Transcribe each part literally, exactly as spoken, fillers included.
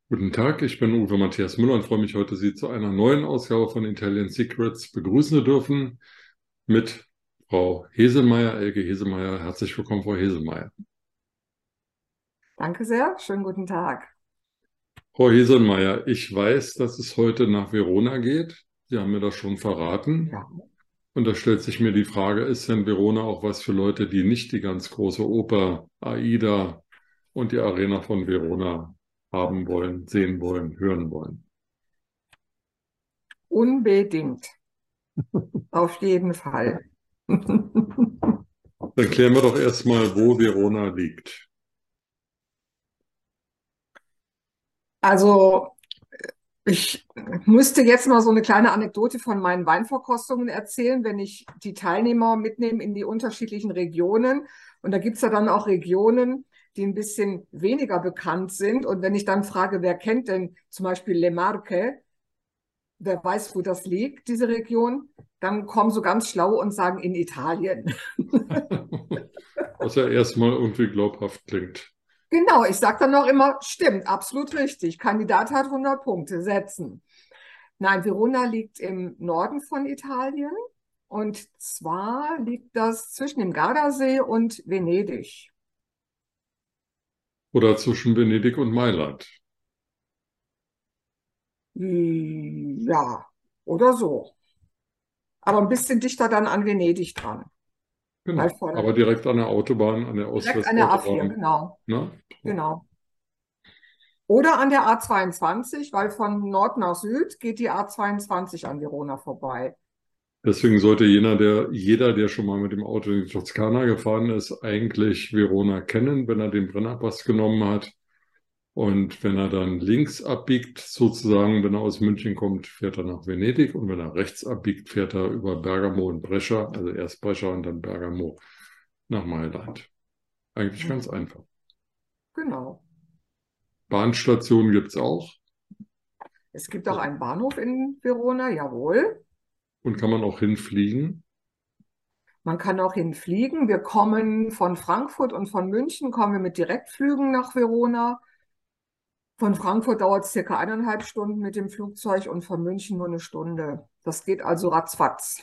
Guten Tag, ich bin Uwe Matthias Müller und freue mich heute, Sie zu einer neuen Ausgabe von Italian Secrets begrüßen zu dürfen mit Frau Heselmeier, Elke Heselmeier. Herzlich willkommen, Frau Heselmeier. Danke sehr, schönen guten Tag. Frau Heselmeier, ich weiß, dass es heute nach Verona geht. Sie haben mir das schon verraten. Ja. Und da stellt sich mir die Frage, ist denn Verona auch was für Leute, die nicht die ganz große Oper, Aida und die Arena von Verona haben wollen, sehen wollen, hören wollen? Unbedingt, auf jeden Fall. Dann klären wir doch erstmal, wo Verona liegt. Also ich müsste jetzt mal so eine kleine Anekdote von meinen Weinverkostungen erzählen, wenn ich die Teilnehmer mitnehme in die unterschiedlichen Regionen. Und da gibt es ja dann auch Regionen, die ein bisschen weniger bekannt sind. Und wenn ich dann frage, wer kennt denn zum Beispiel Le Marche, wer weiß, wo das liegt, diese Region, dann kommen so ganz schlau und sagen in Italien. Was ja erstmal irgendwie glaubhaft klingt. Genau, ich sage dann noch immer, stimmt, absolut richtig. Kandidat hat hundert Punkte, setzen. Nein, Verona liegt im Norden von Italien und zwar liegt das zwischen dem Gardasee und Venedig. Oder zwischen Venedig und Mailand. Ja, oder so. Aber ein bisschen dichter dann an Venedig dran, weil Genau. Aber von direkt an der Autobahn, an der direkt an der A vier, Ost-West-Autobahn. genau, Ne? So. genau. Oder an der A zweiundzwanzig, weil von Nord nach Süd geht die A zweiundzwanzig an Verona vorbei. Deswegen sollte jeder der, jeder, der schon mal mit dem Auto in die Toskana gefahren ist, eigentlich Verona kennen, wenn er den Brennerpass genommen hat. Und wenn er dann links abbiegt, sozusagen, wenn er aus München kommt, fährt er nach Venedig. Und wenn er rechts abbiegt, fährt er über Bergamo und Brescia, also erst Brescia und dann Bergamo nach Mailand. Eigentlich ganz Mhm. einfach. Genau. Bahnstationen gibt es auch. Es gibt auch einen Bahnhof in Verona, jawohl. Und kann man auch hinfliegen. Man kann auch hinfliegen. Wir kommen von Frankfurt und von München, kommen wir mit Direktflügen nach Verona. Von Frankfurt dauert es circa eineinhalb Stunden mit dem Flugzeug und von München nur eine Stunde. Das geht also ratzfatz.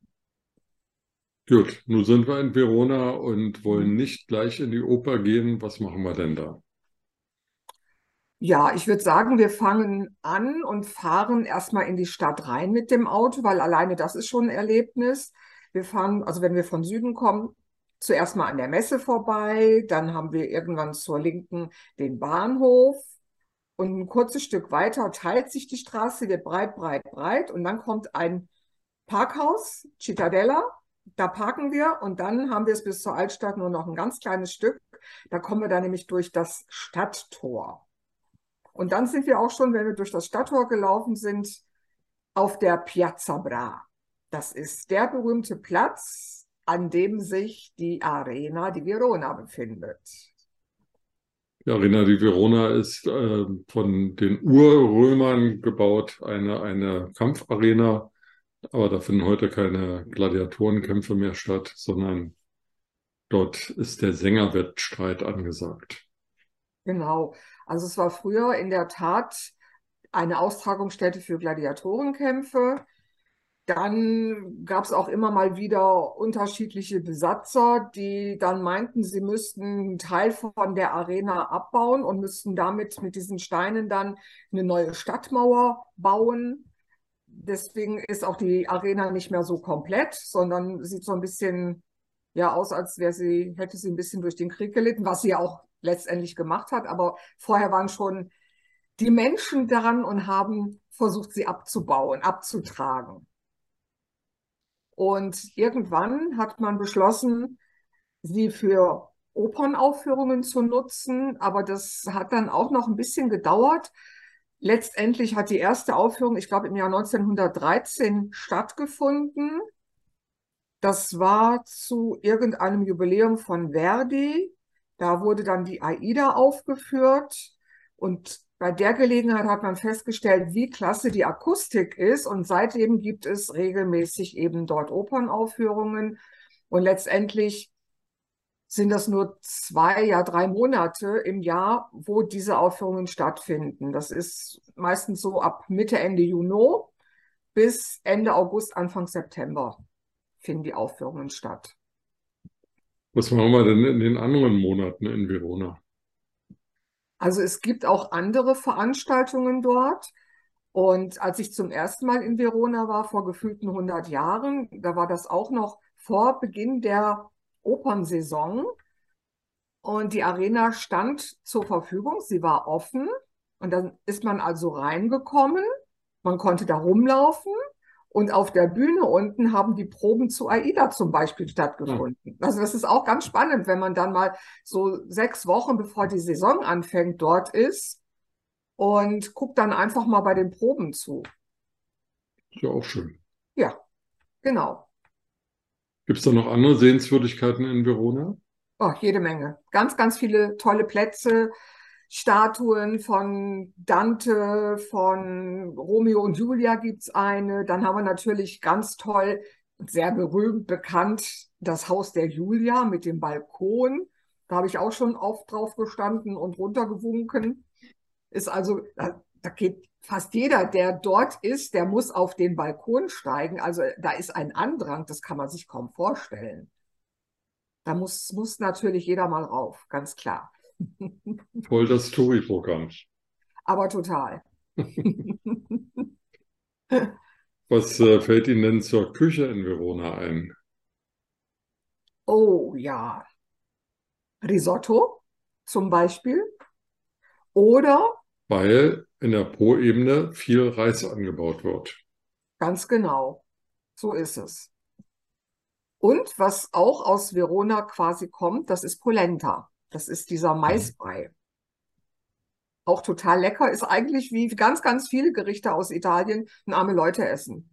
Gut, nun sind wir in Verona und wollen Mhm. nicht gleich in die Oper gehen. Was machen wir denn da? Ja, ich würde sagen, wir fangen an und fahren erstmal in die Stadt rein mit dem Auto, weil alleine das ist schon ein Erlebnis. Wir fahren, also wenn wir von Süden kommen, zuerst mal an der Messe vorbei, dann haben wir irgendwann zur Linken den Bahnhof und ein kurzes Stück weiter teilt sich die Straße, wird breit, breit, breit und dann kommt ein Parkhaus, Cittadella. Da parken wir und dann haben wir es bis zur Altstadt nur noch ein ganz kleines Stück. Da kommen wir dann nämlich durch das Stadttor. Und dann sind wir auch schon, wenn wir durch das Stadttor gelaufen sind, auf der Piazza Bra. Das ist der berühmte Platz, an dem sich die Arena di Verona befindet. Die Arena di Verona ist äh, von den Urrömern gebaut, eine, eine Kampfarena. Aber da finden heute keine Gladiatorenkämpfe mehr statt, sondern dort ist der Sängerwettstreit angesagt. Genau. Also es war früher in der Tat eine Austragungsstätte für Gladiatorenkämpfe. Dann gab es auch immer mal wieder unterschiedliche Besatzer, die dann meinten, sie müssten einen Teil von der Arena abbauen und müssten damit mit diesen Steinen dann eine neue Stadtmauer bauen. Deswegen ist auch die Arena nicht mehr so komplett, sondern sieht so ein bisschen ja aus, als wäre sie, hätte sie ein bisschen durch den Krieg gelitten, was sie ja auch letztendlich gemacht hat. Aber vorher waren schon die Menschen daran und haben versucht, sie abzubauen, abzutragen. Und irgendwann hat man beschlossen, sie für Opernaufführungen zu nutzen, aber das hat dann auch noch ein bisschen gedauert. Letztendlich hat die erste Aufführung, ich glaube, im Jahr neunzehnhundertdreizehn stattgefunden. Das war zu irgendeinem Jubiläum von Verdi. Da wurde dann die Aida aufgeführt und bei der Gelegenheit hat man festgestellt, wie klasse die Akustik ist und seitdem gibt es regelmäßig eben dort Opernaufführungen und letztendlich sind das nur zwei, ja drei Monate im Jahr, wo diese Aufführungen stattfinden. Das ist meistens so ab Mitte, Ende Juni bis Ende August, Anfang September finden die Aufführungen statt. Was machen wir denn in den anderen Monaten in Verona? Also es gibt auch andere Veranstaltungen dort. Und als ich zum ersten Mal in Verona war, vor gefühlten hundert Jahren, da war das auch noch vor Beginn der Opernsaison. Und die Arena stand zur Verfügung, sie war offen. Und dann ist man also reingekommen, man konnte da rumlaufen. Und auf der Bühne unten haben die Proben zu Aida zum Beispiel Ah, stattgefunden. Also das ist auch ganz spannend, wenn man dann mal so sechs Wochen bevor die Saison anfängt dort ist und guckt dann einfach mal bei den Proben zu. ist ja auch schön. Ja, genau. Gibt es da noch andere Sehenswürdigkeiten in Verona? Oh, jede Menge. Ganz, ganz viele tolle Plätze, Statuen von Dante, von Romeo und Julia gibt's eine. Dann haben wir natürlich ganz toll und sehr berühmt bekannt das Haus der Julia mit dem Balkon. Da habe ich auch schon oft drauf gestanden und runtergewunken. Ist also, da, da geht fast jeder, der dort ist, der muss auf den Balkon steigen. Also da ist ein Andrang, das kann man sich kaum vorstellen. Da muss, muss natürlich jeder mal rauf, ganz klar. Voll das Touri-Programm. Aber total. Was äh, fällt Ihnen denn zur Küche in Verona ein? Oh ja, Risotto zum Beispiel. Oder Weil in der Po-Ebene viel Reis angebaut wird. ganz genau, so ist es. Und was auch aus Verona quasi kommt, das ist Polenta. Das ist dieser Mhm. Maisbrei. Auch total lecker, ist eigentlich wie ganz, ganz viele Gerichte aus Italien ein arme Leute essen.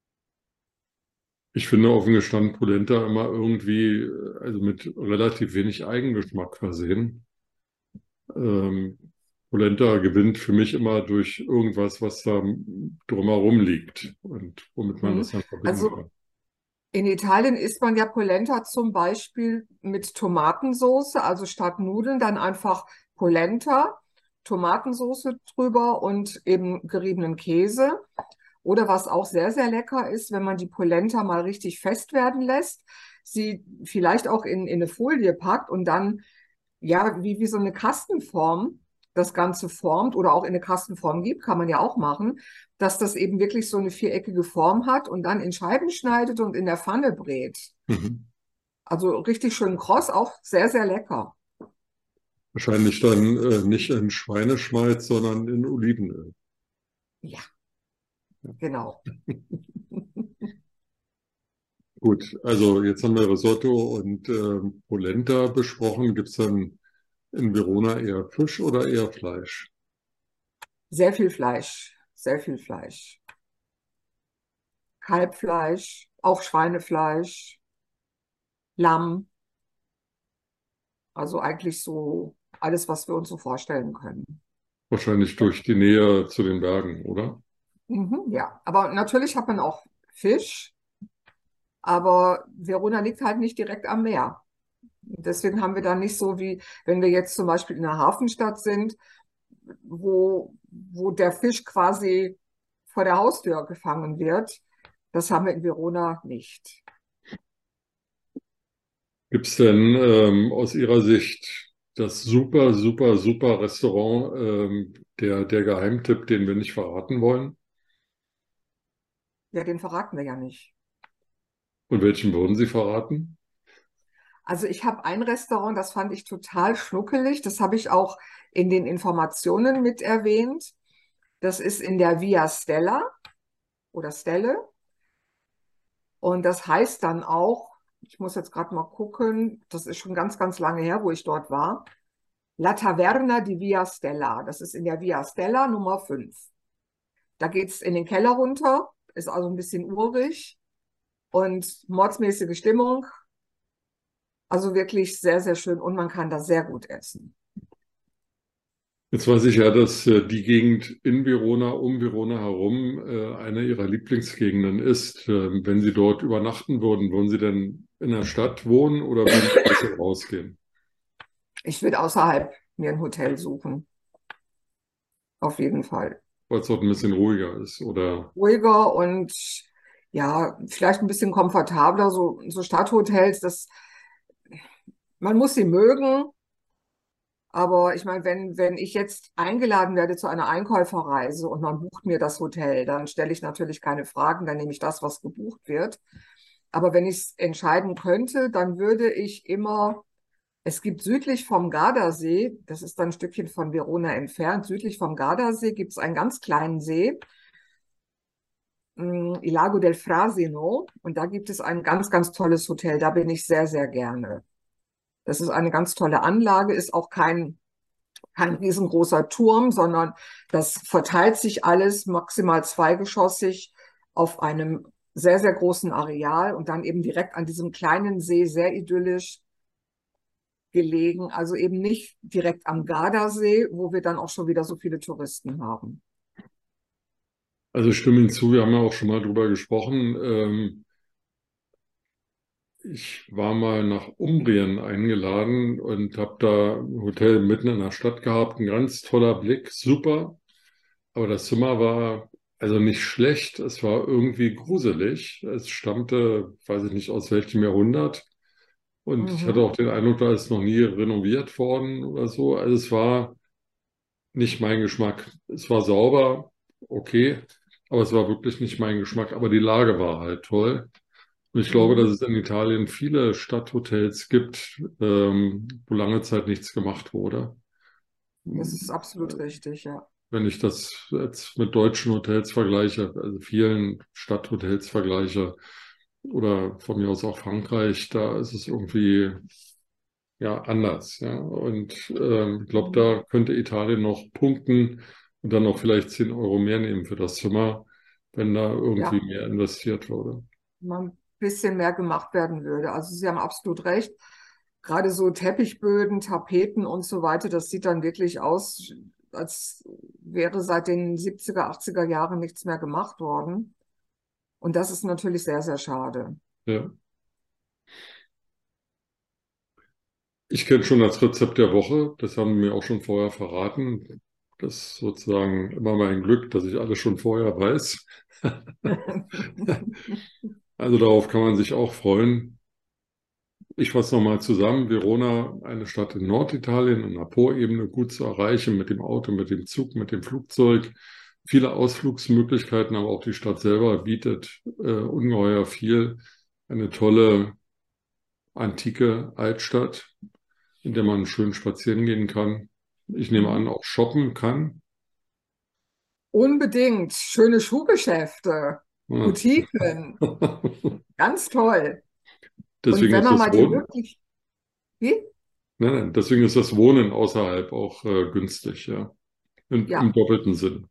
Ich finde offen gestanden Polenta immer irgendwie, äh, also mit relativ wenig Eigengeschmack versehen. Ähm, Polenta gewinnt für mich immer durch irgendwas, was da drumherum liegt und womit man Hm. das dann verbinden Also kann. in Italien isst man ja Polenta zum Beispiel mit Tomatensoße, also statt Nudeln dann einfach Polenta, Tomatensoße drüber und eben geriebenen Käse. Oder was auch sehr, sehr lecker ist, wenn man die Polenta mal richtig fest werden lässt, sie vielleicht auch in, in eine Folie packt und dann ja wie, wie so eine Kastenform das Ganze formt oder auch in eine Kastenform gibt, kann man ja auch machen, dass das eben wirklich so eine viereckige Form hat und dann in Scheiben schneidet und in der Pfanne brät. Mhm. Also richtig schön kross, auch sehr, sehr lecker. Wahrscheinlich dann äh, nicht in Schweineschmalz, sondern in Olivenöl. Ja, genau. Gut, also jetzt haben wir Risotto und ähm, Polenta besprochen. Gibt es dann in Verona eher Fisch oder eher Fleisch? Sehr viel Fleisch, sehr viel Fleisch. Kalbfleisch, auch Schweinefleisch, Lamm, also eigentlich so alles, was wir uns so vorstellen können. Wahrscheinlich durch die Nähe zu den Bergen, oder? Mhm, ja, aber natürlich hat man auch Fisch, aber Verona liegt halt nicht direkt am Meer. Deswegen haben wir da nicht so wie, wenn wir jetzt zum Beispiel in einer Hafenstadt sind, wo, wo der Fisch quasi vor der Haustür gefangen wird. Das haben wir in Verona nicht. Gibt es denn ähm, aus Ihrer Sicht das super, super, super Restaurant, ähm, der, der Geheimtipp, den wir nicht verraten wollen? Ja, den verraten wir ja nicht. Und welchen würden Sie verraten? Also ich habe ein Restaurant, das fand ich total schnuckelig. Das habe ich auch in den Informationen mit erwähnt. Das ist in der Via Stella oder Stelle. Und das heißt dann auch, ich muss jetzt gerade mal gucken, das ist schon ganz, ganz lange her, wo ich dort war. La Taverna di Via Stella. Das ist in der Via Stella Nummer fünf. Da geht es in den Keller runter, ist also ein bisschen urig und mordsmäßige Stimmung. Also wirklich sehr, sehr schön und man kann da sehr gut essen. Jetzt weiß ich ja, dass äh, die Gegend in Verona, um Verona herum, äh, eine Ihrer Lieblingsgegenden ist. Ähm, wenn Sie dort übernachten würden, würden Sie denn in der Stadt wohnen oder würden Sie ein bisschen rausgehen, Ich würde außerhalb mir ein Hotel suchen, auf jeden Fall. weil es dort ein bisschen ruhiger ist? Oder Ruhiger und ja, vielleicht ein bisschen komfortabler, so, so Stadthotels, das, man muss sie mögen, aber ich meine, wenn, wenn ich jetzt eingeladen werde zu einer Einkäuferreise und man bucht mir das Hotel, dann stelle ich natürlich keine Fragen, dann nehme ich das, was gebucht wird. Aber wenn ich es entscheiden könnte, dann würde ich immer, es gibt südlich vom Gardasee, das ist dann ein Stückchen von Verona entfernt, südlich vom Gardasee gibt es einen ganz kleinen See, mh, Il Lago del Frasino, und da gibt es ein ganz, ganz tolles Hotel, da bin ich sehr, sehr gerne. Das ist eine ganz tolle Anlage, ist auch kein kein riesengroßer Turm, sondern das verteilt sich alles maximal zweigeschossig auf einem sehr, sehr großen Areal und dann eben direkt an diesem kleinen See, sehr idyllisch gelegen. Also eben nicht direkt am Gardasee, wo wir dann auch schon wieder so viele Touristen haben. also ich stimme Ihnen zu, wir haben ja auch schon mal drüber gesprochen. Ähm, ich war mal nach Umbrien eingeladen und habe da ein Hotel mitten in der Stadt gehabt, ein ganz toller Blick, super. Aber das Zimmer war also nicht schlecht, es war irgendwie gruselig. Es stammte, weiß ich nicht aus welchem Jahrhundert. Und ich hatte Mhm. auch den Eindruck, da ist noch nie renoviert worden oder so. Also es war nicht mein Geschmack. Es war sauber, okay, aber es war wirklich nicht mein Geschmack. Aber die Lage war halt toll. Und ich glaube, dass Mhm. es in Italien viele Stadthotels gibt, ähm, wo lange Zeit nichts gemacht wurde. Das ist absolut richtig, ja. Wenn ich das jetzt mit deutschen Hotels vergleiche, also vielen Stadthotels vergleiche oder von mir aus auch Frankreich, da ist es irgendwie ja anders. Ja. Und ähm, ich glaube, Mhm. da könnte Italien noch punkten und dann noch vielleicht zehn Euro mehr nehmen für das Zimmer, wenn da irgendwie Ja, mehr investiert würde. mal ein bisschen mehr gemacht werden würde. Also Sie haben absolut recht. Gerade so Teppichböden, Tapeten und so weiter, das sieht dann wirklich aus, als wäre seit den siebziger, achtziger Jahren nichts mehr gemacht worden. Und das ist natürlich sehr, sehr schade. Ja. Ich kenne schon das Rezept der Woche, das haben wir mir auch schon vorher verraten. Das ist sozusagen immer mein Glück, dass ich alles schon vorher weiß. Also darauf kann man sich auch freuen. Ich fasse nochmal zusammen. Verona, eine Stadt in Norditalien, in der Po-Ebene, gut zu erreichen mit dem Auto, mit dem Zug, mit dem Flugzeug. Viele Ausflugsmöglichkeiten, aber auch die Stadt selber bietet äh, ungeheuer viel. Eine tolle antike Altstadt, in der man schön spazieren gehen kann. Ich nehme an, Mhm. auch shoppen kann. Unbedingt. Schöne Schuhgeschäfte, Ja. Boutiquen, ganz toll. Und Deswegen wenn ist man das mal die Wohnen, Möglichkeit, wie? nein, nein, deswegen ist das Wohnen außerhalb auch äh, günstig, ja. Im, im Ja, doppelten Sinn.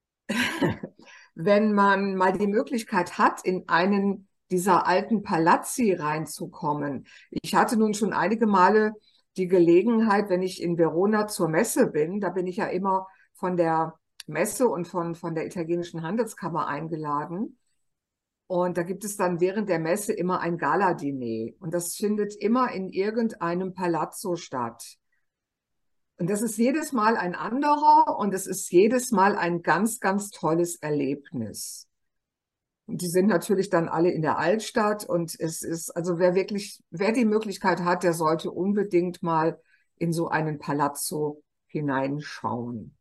wenn man mal die Möglichkeit hat, in einen dieser alten Palazzi reinzukommen. Ich hatte nun schon einige Male die Gelegenheit, wenn ich in Verona zur Messe bin, da bin ich ja immer von der Messe und von, von der italienischen Handelskammer eingeladen. Und da gibt es dann während der Messe immer ein Galadiner. Und das findet immer in irgendeinem Palazzo statt. Und das ist jedes Mal ein anderer und es ist jedes Mal ein ganz, ganz tolles Erlebnis. Und die sind natürlich dann alle in der Altstadt und es ist, also wer wirklich, wer die Möglichkeit hat, der sollte unbedingt mal in so einen Palazzo hineinschauen.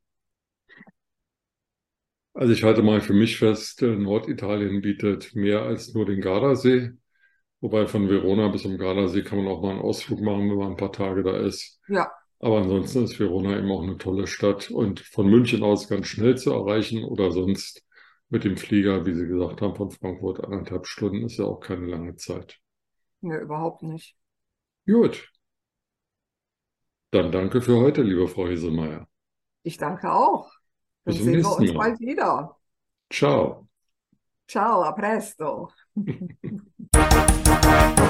Also ich halte mal für mich fest, äh, Norditalien bietet mehr als nur den Gardasee. Wobei von Verona bis zum Gardasee kann man auch mal einen Ausflug machen, wenn man ein paar Tage da ist. Ja, Aber ansonsten ist Verona eben auch eine tolle Stadt und von München aus ganz schnell zu erreichen oder sonst mit dem Flieger, wie Sie gesagt haben, von Frankfurt anderthalb Stunden ist ja auch keine lange Zeit. ne, überhaupt nicht. Gut, dann danke für heute, liebe Frau Heselmeier. Ich danke auch. Bis Dann zum sehen wir nächsten uns Mal. bald wieder. Ciao. Ciao, a presto.